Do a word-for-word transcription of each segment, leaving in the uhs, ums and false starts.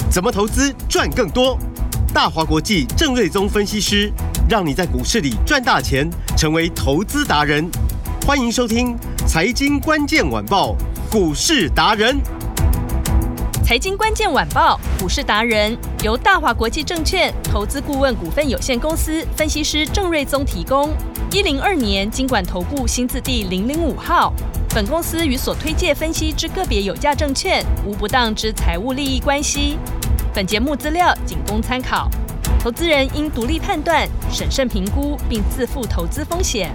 怎么投资赚更多？大华国际郑瑞宗分析师，让你在股市里赚大钱，成为投资达人。欢迎收听《财经关键晚报》股市达人。 财经关键晚报股市达人由大华国际证券投资顾问股份有限公司分析师郑瑞宗提供。一零二年金管投顾新字第零零五号。本公司与所推介分析之个别有价证券无不当之财务利益关系。本节目资料仅供参考，投资人应独立判断、审慎评估，并自负投资风险。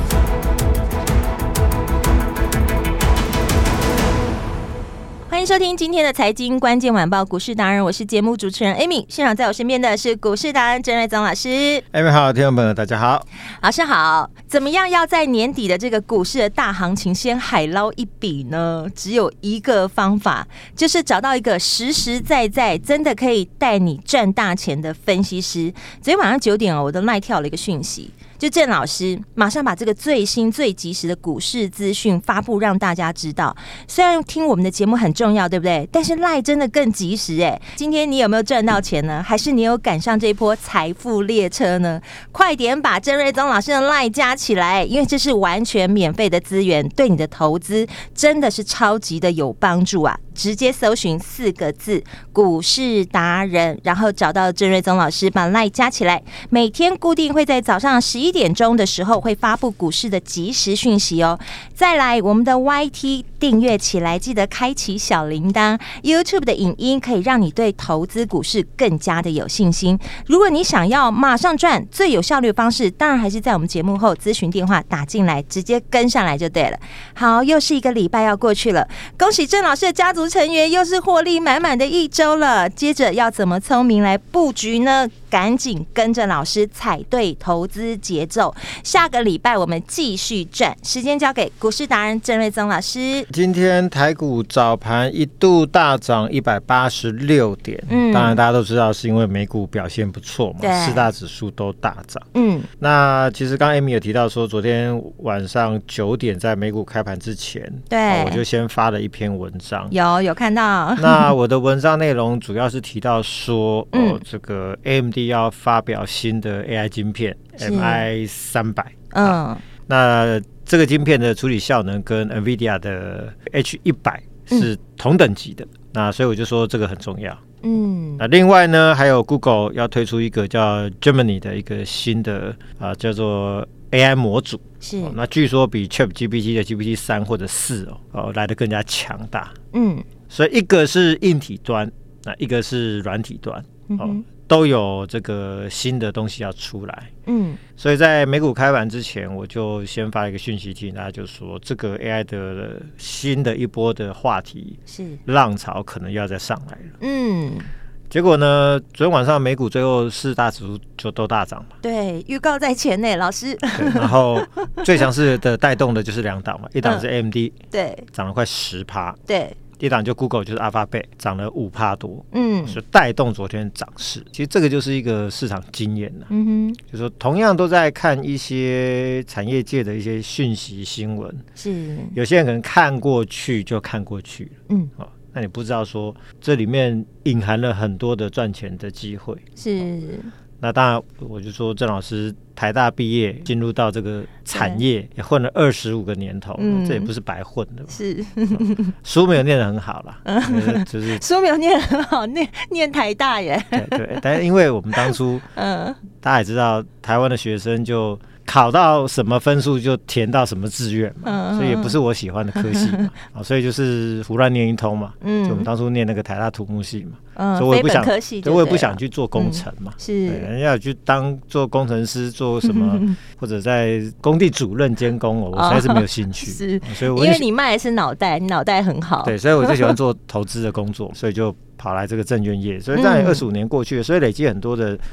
欢迎收听今天的财经关键晚报股市达人，我是节目主持人 Amy， 现场在我身边的是股市达人郑瑞宗老师。 Amy 好，听众朋友大家好。 老师好。怎么样要在年底的这个股市的大行情先海捞一笔呢？只有一个方法，就是找到一个实实在在真的可以带你赚大钱的分析师。昨天晚上九点哦，我都赖跳了一个讯息，就郑老师马上把这个最新最及时的股市资讯发布让大家知道。虽然听我们的节目很重要，对不对？但是赖真的更及时哎。今天你有没有赚到钱呢？还是你有赶上这波财富列车呢？快点把郑瑞宗老师的赖加起来，因为这是完全免费的资源，对你的投资真的是超级的有帮助啊！直接搜寻四个字股市达人，然后找到郑瑞宗老师，把赖加起来。每天固定会在早上十一点钟的时候会发布股市的即时讯息哦。再来我们的 Y T 订阅起来，记得开启小铃铛。 YouTube 的影音可以让你对投资股市更加的有信心。如果你想要马上赚，最有效率的方式当然还是在我们节目后咨询电话打进来，直接跟上来就对了。好，又是一个礼拜要过去了，恭喜郑老师的家族成员又是获利满满的一周了。接着要怎么聪明来布局呢？赶紧跟着老师踩对投资节奏，下个礼拜我们继续赚。时间交给股市达人郑瑞宗老师。 今天台股早盘一度大涨一百八十六点，嗯，当然大家都知道是因为美股表现不错嘛，四大指数都大涨。嗯，那其实刚刚 Amy 有提到说，昨天晚上九点在美股开盘之前，对、哦，我就先发了一篇文章， 有有看到。 那我的文章内容主要是提到说，嗯、哦，这个 A M D 要发表新的 A I 晶片 M I 三百，嗯，那这个晶片的处理效能跟 NVIDIA 的 H 一百是同等级的，嗯、那所以我就说这个很重要。嗯，那另外呢，还有 Google 要推出一个叫 Gemini 的一个新的啊、呃，叫做 A I 模组，是、哦、那据说比 ChatGPT 的 G P T 三或者四哦，哦来得更加强大。嗯，所以一个是硬体端，那一个是软体端，哦。嗯，都有这个新的东西要出来，嗯，所以在美股开盘之前，我就先发一个讯息提醒大家，就说这个 A I 的新的一波的话题是浪潮可能要再上来了，嗯，结果呢，昨天晚上美股最后四大指数就都大涨嘛， 对，预告在前呢，老师， 对，然后最强势的带动的就是两档嘛，一档是 A M D，、嗯、对，涨了快十趴，对。一档就 Google 就是 Alphabet 涨了五趴多，嗯，所以带动昨天涨势。其实这个就是一个市场经验了，嗯哼，就是说同样都在看一些产业界的一些讯息新闻，是有些人可能看过去就看过去，嗯，哦，那你不知道说这里面隐含了很多的赚钱的机会，是。哦，那当然，我就说郑老师台大毕业，进入到这个产业也混了二十五个年头，嗯，这也不是白混的，是、嗯、书没有念得很好啦，嗯、就是书没有念得很好，念念台大耶， 对对，但是因为我们当初，嗯，大家也知道，台湾的学生就考到什么分数就填到什么志愿嘛，嗯、所以也不是我喜欢的科系嘛，嗯、所以就是胡乱念一通嘛，嗯，就我们当初念那个台大土木系嘛。嗯，所以我也不想，所以我也不想去做工程嘛。嗯、是，人家去当做工程师，做什么，嗯、或者在工地主任监工，我实在是没有兴趣。哦、是，所以我因为你卖的是脑袋，你脑袋很好。 对，所以我就喜欢做投资的工作，所以就跑来这个证券业。所以这样二十五年过去了，所以累积很多的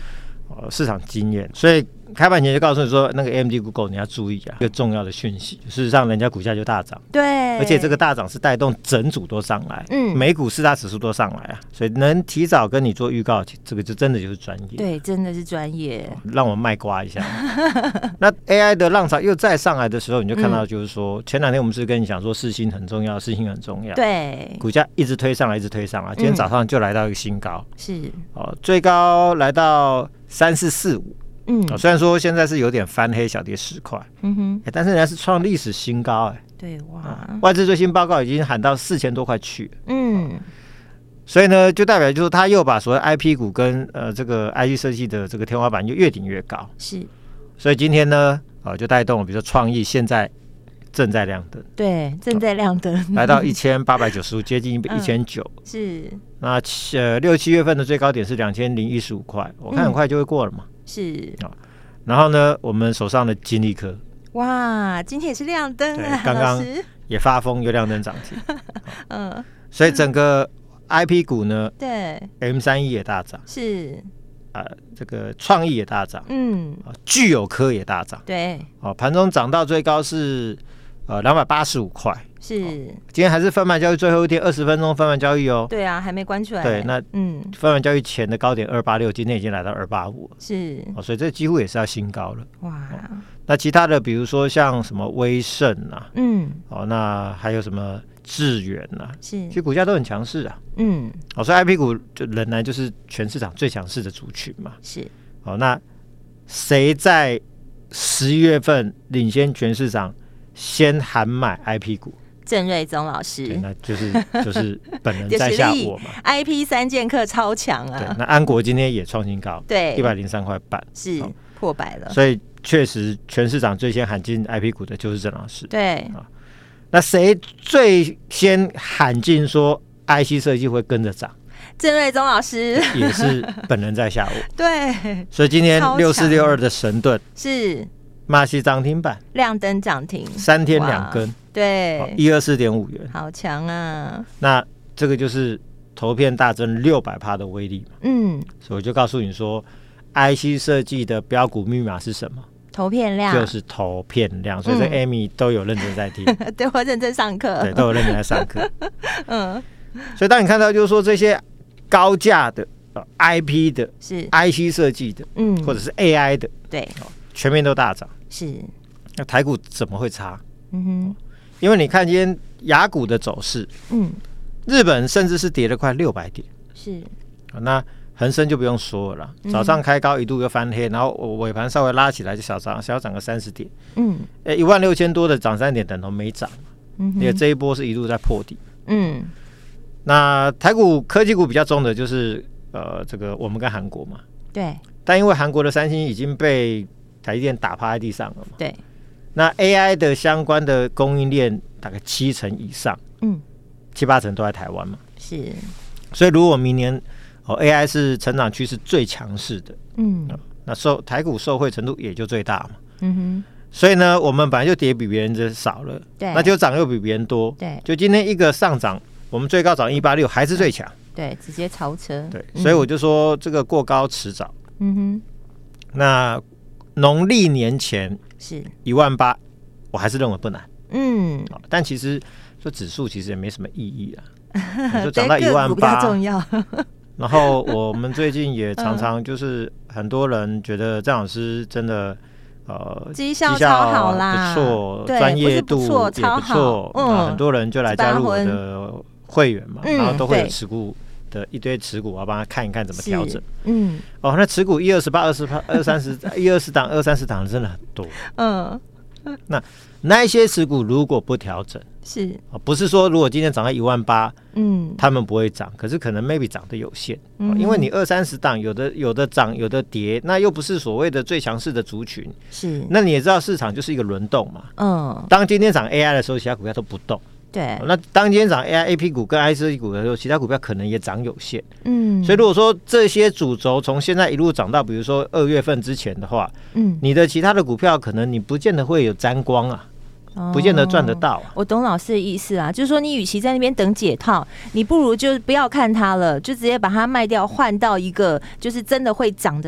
呃市场经验，所以开盘前就告诉你说，那个 A M D、Google 你要注意啊，一个重要的讯息。事实上，人家股价就大涨， 对， 而且这个大涨是带动整组都上来，嗯，美股四大指数都上来啊，所以能提早跟你做预告，这个就真的就是专业， 对，真的是专业。 让我卖瓜一下。那 A I 的浪潮又再上来的时候，你就看到就是说，嗯、前两天我们是跟你讲说，世芯很重要，世芯很重要， 对， 股价一直推上来，一直推上来，今天早上就来到一个新高， 是、嗯、 哦，最高来到三四四五。嗯、哦，虽然说现在是有点翻黑，小跌十块，嗯哼、欸，但是人家是创历史新高、欸，哎， 对哇、 嗯，外资最新报告已经喊到四千多块去了，嗯，所以呢，就代表就是他又把所谓 I P 股跟呃这个 I C 设计的这个天花板就越顶越高， 是， 所以今天呢，呃，就带动了，比如说创意现在正在亮灯， 对，正在亮灯， 哦、来到一千八百九十五，接近一千九， 是， 那七呃六七月份的最高点是两千零一十五块，我看很快就会过了嘛。嗯是、 哦，然后呢，我们手上的金利科， 哇，今天也是亮灯啊， 刚刚也发疯又亮灯涨停，嗯、哦，所以整个 I P 股呢， 对 ，M 三一 也大涨， 是， 啊、呃，这个创意也大涨，嗯，啊、具有科也大涨， 对， 哦，盘中涨到最高是呃两百八十五块。 是、哦， 今天还是分盘交易最后一天，二十分钟分盘交易哦。 对啊，还没关出来。 对，那嗯，分盘交易前的高点二八六，今天已经来到二八五，是哦，所以这几乎也是要新高了。哇、哦，那其他的比如说像什么威盛啊，嗯，哦，那还有什么智原啊，是，其实股价都很强势啊。嗯，哦，所以 I P 股就仍然就是全市场最强势的族群嘛。是，哦，那谁在十一月份领先全市场，先喊买 I P 股？ 郑瑞宗老师， 那就是就是本人在下我嘛。 I P 三剑客超强啊！ 对，那安国今天也创新高， 对， 一百零三块半， 是、哦、破百了。 所以确实，全市场最先喊进 I P 股的就是郑老师。 对啊、 哦，那谁最先喊进说 I C 设计会跟着涨？ 郑瑞宗老师也是本人在下我。 对， 所以今天六四六二的神盾是马西涨停板， 亮灯涨停， 三天两根。 对， 一二四点五元， 好强啊！ 那这个就是投片大增六百趴的威力嘛。嗯，所以我就告诉你说 ，I C 设计的标股密码是什么？ 投片量， 就是投片量。所以这 Amy 都有认真在听， 嗯、对我认真上课， 对，都有认真在上课。嗯，所以当你看到就是说这些高价的、呃、I P 的、 是 I C 设计的，嗯，或者是 A I 的， 对、 哦，全面都大涨。 是，那台股怎么会差？嗯哼。因为你看今天亚股的走势，嗯，日本甚至是跌了快六百点， 是， 那恒生就不用说了，早上开高一度又翻黑，然后尾盘稍微拉起来就小涨，小涨个三十点，嗯，一万六千多的涨三点等同没涨，嗯，因为这一波是一路在破底，嗯，那台股科技股比较重的就是呃这个我们跟韩国嘛， 对， 但因为韩国的三星已经被台积电打趴在地上了嘛， 对。 那 A I 的相关的供应链大概七成以上，嗯，七八成都在台湾嘛， 是。 所以如果明年、哦、A I 是成长趋势最强势的，嗯、哦，那受台股受惠程度也就最大嘛，嗯哼。所以呢，我们本来就跌比别人的少了， 对， 那就涨又比别人多， 对。 就今天一个上涨，我们最高涨一八六，还是最强， 对，直接超车， 对。所以我就说这个过高迟早，嗯哼。那农历年前。 是一万八，我还是认为不难。嗯，但其实说指数其实也没什么意义啊，就涨到一万八重要。 然后我们最近也常常就是很多人觉得郑老师真的呃绩效超好啦， 不错，专业度也不错，嗯，很多人就来加入我的会员嘛，然后都会有持股的一堆持股，我要帮他看一看怎么调整。嗯，哦，那持股一二十八、二十八、二三十、一二十档、二三十档真的很多。嗯，那那一些持股如果不调整， 是、 哦、不是说如果今天涨到一万八，嗯，他们不会涨，可是可能 maybe 涨得有限，嗯哦、因为你二三十档有的有的涨有的跌，那又不是所谓的最强势的族群， 是。 那你也知道市场就是一个轮动嘛。嗯，当今天涨 A I 的时候，其他股票都不动。 对， 那当今天涨 A I A P 股跟 I C 设计股的时候，其他股票可能也涨有限。嗯，所以如果说这些主轴从现在一路涨到比如说二月份之前的话，嗯，你的其他的股票可能你不见得会有沾光啊，哦、不见得赚得到、啊。 我懂老师的意思啊，就是说你与其在那边等解套，你不如就不要看它了，就直接把它卖掉，换到一个就是真的会涨的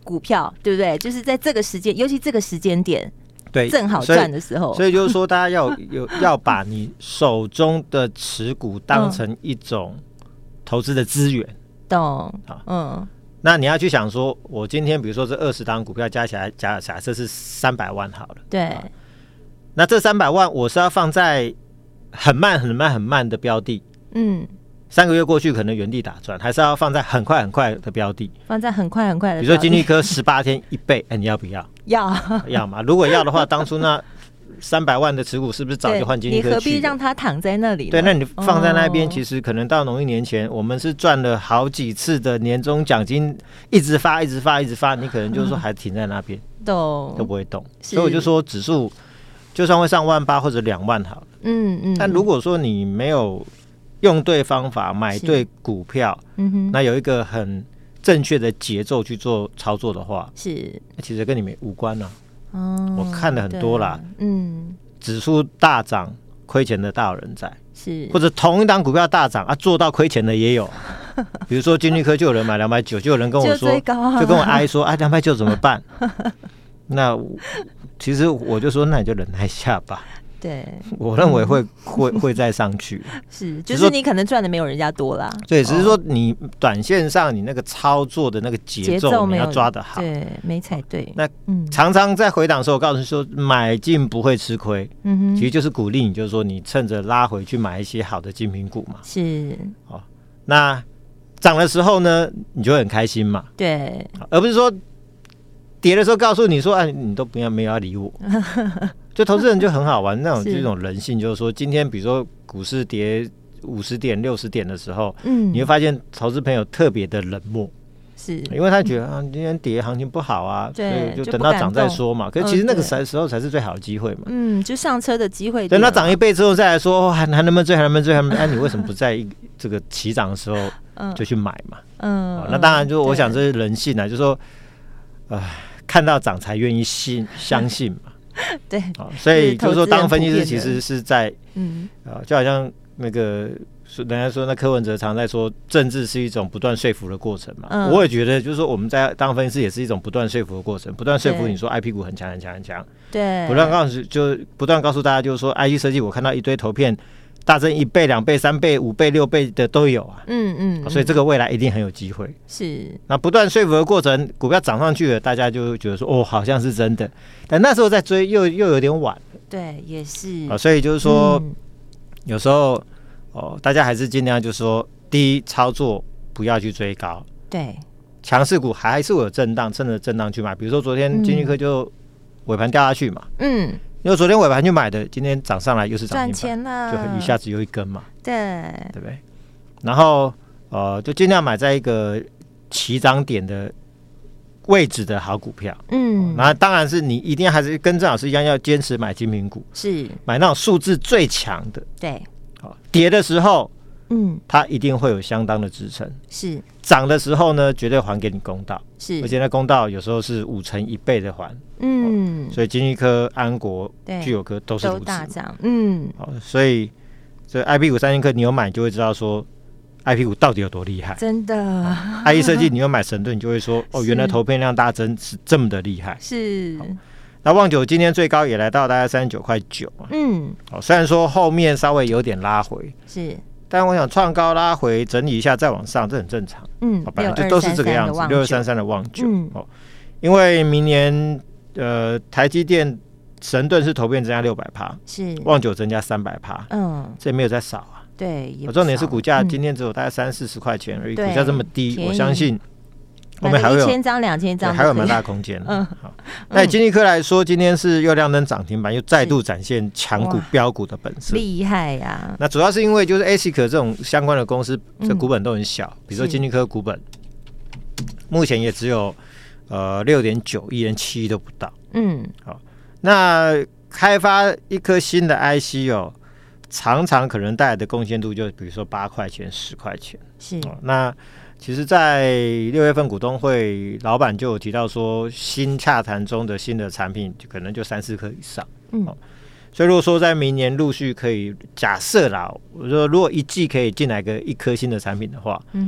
股票，对不对？就是在这个时间，尤其这个时间点， 对， 正好赚的时候。 所以, 所以就是说，大家要有要把你手中的持股当成一种投资的资源。 懂，嗯。 那你要去想说，我今天比如说这二十档股票加起来，假假设是三百万好了， 对、 啊。那这三百万我是要放在很慢、很慢、很慢的标的，嗯，三个月过去可能原地打转，还是要放在很快、很快的标的， 放在很快、很快的标的。 比如说金利科十八天一倍，哎、欸，你要不要？ 要， 要嘛。如果要的话，当初那三百万的持股是不是早就换金利科去？ 你何必让它躺在那里呢？ 对，那你放在那边，其实可能到农历年前，我们是赚了好几次的年终奖金，一直发，一直发，一直发，你可能就是说还停在那边， 动、嗯、 都不会动。所以我就说，指数就算会上万八或者两万好了，嗯嗯。但如果说你没有用对方法，买对股票，嗯哼，那有一个很正确的节奏去做操作的话，是，那其实跟你们无关啊。哦、我看了很多啦，嗯，指数大涨亏钱的大有人在，是，或者同一档股票大涨啊，做到亏钱的也有，比如说金利科就有人买两百九，就有人跟我说，就, 就跟我哀说，啊，两百九怎么办？那其实我就说，那你就忍耐一下吧。对，我认为会、嗯、会会再上去， 是，就是你可能赚的没有人家多啦。 对，只是说你短线上你那个操作的那个节奏你要抓得好， 对，没踩对。 那、嗯、常常在回档的时候，我告诉你说买进不会吃亏，嗯哼，其实就是鼓励你，就是说你趁着拉回去买一些好的精品股嘛。是，哦，那涨的时候呢，你就会很开心嘛。对，而不是说跌的时候告诉你说，哎、啊，你都不要没有要理我。就投资人就很好玩，那种这种人性，就是说，今天比如说股市跌五十点、六十点的时候，嗯，你会发现投资朋友特别的冷漠，是因为他觉得啊，今天跌行情不好啊，所以就等到涨再说嘛。可是其实那个时候才是最好的机会嘛， 嗯，就上车的机会。 等到涨一倍之后再来说，还还能不能追，还能不能追？还能不能？哎、啊，你为什么不在这个起涨的时候就去买嘛？嗯，哦、那当然就我想这是人性啊，就是说，呃，看到涨才愿意信相信嘛。对、哦，所以就是说，当分析师其实是在，嗯，呃，就好像那个人家说，那柯文哲常在说，政治是一种不断说服的过程嘛。嗯、我也觉得，就是说，我们在当分析师也是一种不断说服的过程，不断说服你说 I P 股很强很强很强，对，不断告诉就不断告诉大家，就是说 I P 设计，我看到一堆投片大增一倍、两倍、三倍、五倍、六倍的都有啊。嗯嗯，所以这个未来一定很有机会。是，那不断说服的过程，股票涨上去了，大家就觉得说，哦，好像是真的。但那时候再追又又有点晚了。对，也是。啊，所以就是说，嗯、有时候哦，大家还是尽量就是说，第一，操作不要去追高。对，强势股还是会有震荡，趁着震荡去买。比如说昨天金利科就尾盘掉下去嘛。嗯。因为昨天尾盘去买的，今天涨上来又是涨停板，赚钱了，就一下子又一根嘛，对，对不对？然后呃，就尽量买在一个起涨点的位置的好股票，嗯，那当然是你一定还是跟郑老师一样，要坚持买精品股，是买那种数字最强的，对，好，跌的时候，嗯，它一定会有相当的支撑，是涨的时候呢，绝对还给你公道，是，而且那公道有时候是五成一倍的还。嗯、哦，所以金利科、安国、聚友科都是如此，都大涨。嗯，好，所以这 I P 股、三星科，你有买就会知道说 I P 股到底有多厉害。真的 ，I E 设计你有买神盾，你就会说哦，原来投片量大增是这么的厉害。是。那旺九今天最高也来到大概三十九块九。嗯，好，虽然说后面稍微有点拉回，是，但我想创高拉回整理一下再往上，这很正常。嗯，本来就都是这个样子，六二三三的旺九。嗯，哦，因为明年。呃，台积电、神盾是投片增加六百趴，是旺九增加三百趴，嗯，这也没有再少啊。对，我重点是股价今天只有大概三四十块钱而已，股价这么低，我相信后面还会有一千张、两千张，还有蛮大的空间。嗯，好。那以金利科来说，今天是又亮灯涨停板，又再度展现强股标股的本色，厉害呀！那主要是因为就是 A S I C 这种相关的公司，这股本都很小，比如说金利科股本目前也只有。呃，六点九亿，连七亿都不到。嗯，好，那开发一颗新的 I C 哦，常常可能带来的贡献度就比如说八块钱、十块钱。是、哦，那其实，在六月份股东会，老板就有提到说，新洽谈中的新的产品，可能就三四颗以上。嗯、哦，所以如果说在明年陆续可以假设啦，我说如果一季可以进来个一颗新的产品的话，嗯哼，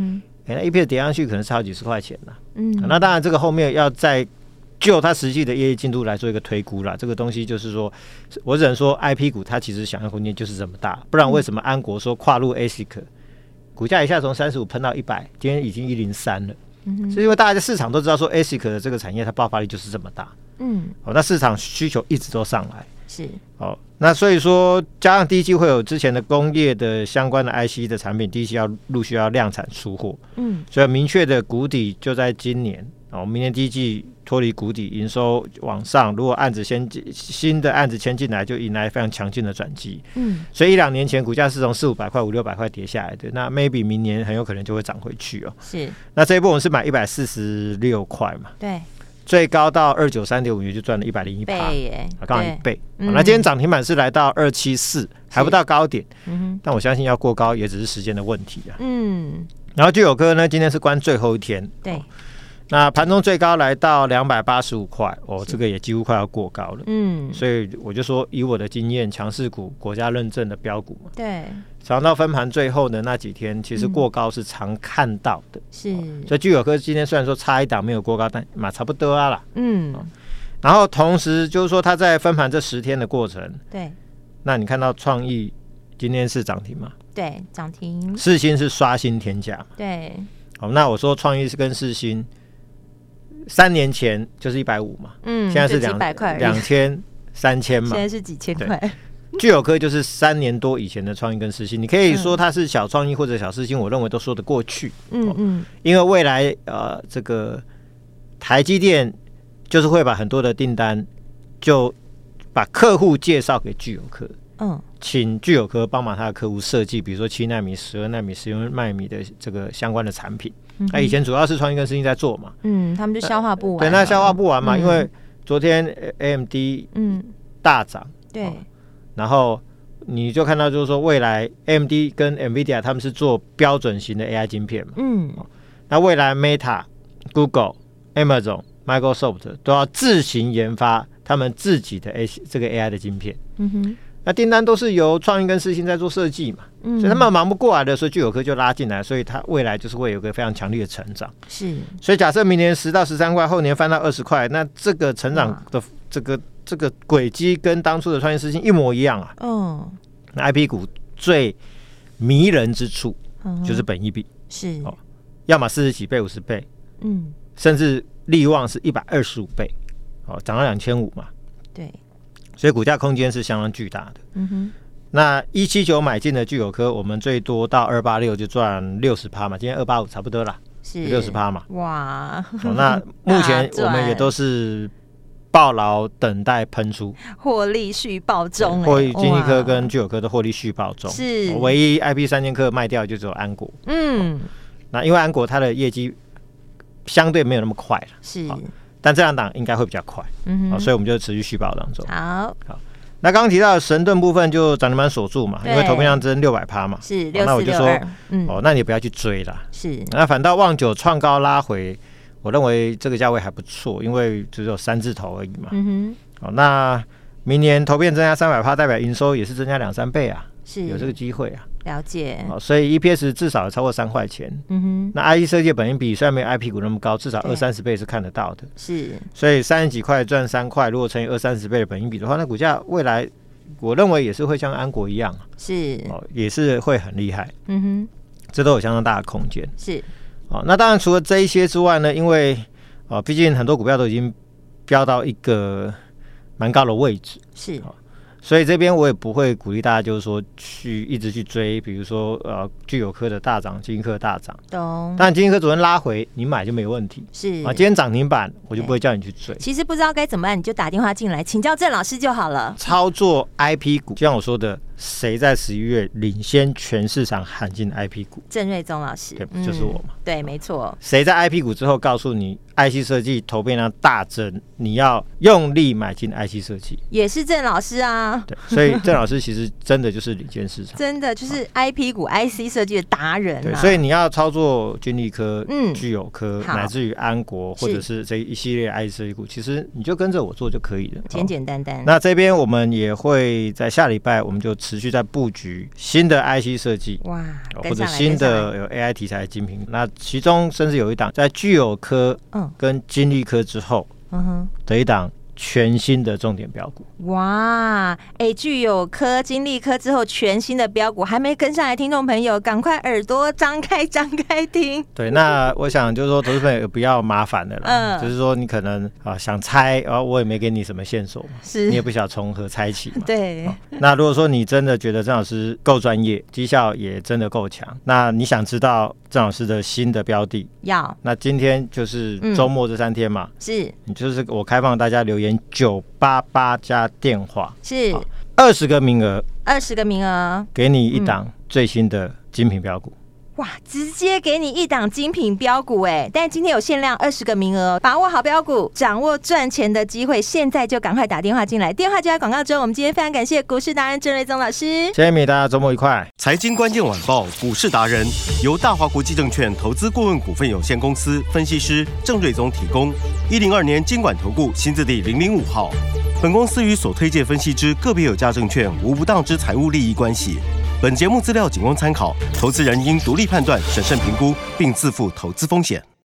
哎、欸，那 E P S 跌上去可能是好几十块钱啦。 嗯， 那当然这个后面要再就它实际的业绩进度来做一个推估啦。这个东西就是说，我只能说 I P 股它其实想象空间就是这么大，不然为什么安国说跨入 A S I C， 股价一下从三十五喷到一百，今天已经一零三了。嗯，是因为大家在市场都知道说 A S I C 的这个产业它爆发力就是这么大。嗯，哦，那市场需求一直都上来。 是， 哦，那所以说加上第一季会有之前的工业的相关的 I C 的产品，第一季要陆续要量产出货。嗯，所以明确的谷底就在今年。哦，明年第一季脱离谷底，营收往上，如果案子先新的案子签进来，就迎来非常强劲的转机。嗯，所以一两年前股价是从四五百块、五六百块跌下来的，那 maybe 明年很有可能就会涨回去哦。 是， 那这一波我们是买一百四十六块嘛？ 对， 最高到二九三点五元就赚了一百零一趴，刚好一倍。 嗯， 那今天涨停板是来到二七四，还不到高点，嗯，但我相信要过高也只是时间的问题啊。嗯，然后聚友科呢，今天是关最后一天， 对。 哦，那盘中最高来到两百八十五块，哦，这个也几乎快要过高了。嗯，所以我就说，以我的经验，强势股、国家认证的标股嘛， 对， 涨到分盘最后的那几天，其实过高是常看到的。 是， 哦，所以聚友科今天虽然说差一档没有过高，但嘛差不多啊啦。嗯，哦，然后同时就是说，它在分盘这十天的过程， 对， 那你看到创意今天是涨停吗？ 对，涨停。 世新是刷新天价。 对， 好，那我说创意是跟世新。三年前就是一百五嘛，嗯，现在是两两千、三千嘛， 现在是几千块。 聚友科就是三年多以前的创意跟世新，你可以说它是小创意或者小世新，我认为都说得过去。嗯嗯，因为未来呃，这个台积电就是会把很多的订单就把客户介绍给聚友科，嗯，请聚友科帮忙他的客户设计，比如说七奈米、十二奈米、十六奈米的这个相关的产品。那、嗯、以前主要是创意跟世新在做嘛， 嗯，他们就消化不完， 对，那消化不完嘛，嗯、因为昨天 A M D 嗯大涨， 对、哦， 然后你就看到就是说未来 A M D 跟 NVIDIA 他们是做标准型的 A I 晶片嘛，嗯，哦、那未来 Meta、Google、Amazon、Microsoft 都要自行研发他们自己的 A 这个 A I 的晶片，嗯哼。那订单都是由创意跟世新在做设计嘛，嗯，所以他们忙不过来的，所以聚友科就拉进来，所以它未来就是会有一个非常强力的成长。 是，所以假设明年十到十三块，后年翻到二十块，那这个成长的这个这个轨迹跟当初的创意世新一模一样啊。嗯，那 I P 股最迷人之处就是本益比， 是哦，要么四十几倍、五十倍，嗯，甚至力旺是一百二十五倍，哦，涨到两千五嘛， 对。 所以股价空间是相当巨大的。嗯哼，那一七九买进的聚友科，我们最多到二八六就赚六十趴嘛，今天二八五差不多啦， 是六十趴嘛。 哇、 哦，那目前我们也都是抱牢等待喷出， 获利续报中， 获利金立科跟聚友科的获利续报中， 是唯一 I P 三剑客卖掉就只有安国。嗯，那因为安国它的业绩相对没有那么快了， 是。哦， 但这两档应该会比较快，嗯、哦，所以我们就持续续报当中。 好， 好，那刚刚提到的神盾部分就涨停板锁住嘛，因为投片量增六百趴嘛， 是六四六二， 那我就说，嗯，哦，那你不要去追啦， 是， 那反倒旺九创高拉回，我认为这个价位还不错，因为只有三字头而已嘛，嗯哼，哦，那明年投片增加三百趴，代表营收也是增加两三倍啊， 是有这个机会啊。 了解， 哦，所以 E P S 至少超过三块钱。嗯哼，那 I P 设计本益比虽然没有 I P 股那么高，至少二三十倍是看得到的。 是， 所以三十几块赚三块，如果乘以二三十倍的本益比的话，那股价未来我认为也是会像安国一样， 是哦，也是会很厉害。嗯哼，这都有相当大的空间。 是， 哦，那当然除了这一些之外呢，因为哦，毕竟很多股票都已经飙到一个蛮高的位置。 是。 哦，所以这边我也不会鼓励大家，就是说去一直去追，比如说呃聚友科的大涨，金立科大涨， 懂？ 但金立科昨天拉回，你买就没问题。 是啊，今天涨停板，我就不会叫你去追。 其实不知道该怎么办，你就打电话进来请教郑老师就好了。 操作 I P 股，就像我说的，谁在十一月领先全市场喊进 I P 股？ 郑瑞宗老师， 对，嗯、就是我嘛。 对，没错。 谁在 I P 股之后告诉你 I C 设计投片量大增，你要用力买进 I C 设计？也是郑老师啊。 对，所以郑老师其实真的就是领先市场， 真的就是 I P 股、I C 设计的达人、啊。 对，所以你要操作军力科、嗯、聚友科，乃至于安国，或者是这一系列 I C 设计股，其实你就跟着我做就可以了， 简简单单。 那这边我们也会在下礼拜，我们就持持续在布局新的 I C 设计， 哇， 或者新的有 A I 题材的晶片。那其中甚至有一档在聚友科跟金利科之后的一档全新的重点标股。 哇，哎，聚友科、金利科之后全新的标股，还没跟上来，听众朋友赶快耳朵张开张开听。 对，那我想就是说，投资朋友不要麻烦的啦，嗯，就是说你可能啊想猜，然后我也没给你什么线索嘛，是你也不晓得从何猜起嘛。 对、哦。那如果说你真的觉得郑老师够专业，绩效也真的够强，那你想知道郑老师的新的标的， 要那今天就是周末这三天嘛，嗯、 是你就是我开放大家留言九八八加电话， 是二十个名额， 二十个名额， 给你一档最新的精品标股。 哇，直接给你一档精品标股哎！但今天有限量二十个名额，把握好标股，掌握赚钱的机会，现在就赶快打电话进来。电话就在广告中。我们今天非常感谢股市达人郑瑞宗老师， 谢谢你，大家周末愉快。 财经关键晚报股市达人由大华国际证券投资顾问股份有限公司分析师郑瑞宗提供。一零二年金管投顾新字第零零五号。本公司与所推介分析之个别有价证券无不当之财务利益关系。本节目资料仅供参考，投资人应独立判断、审慎评估，并自负投资风险。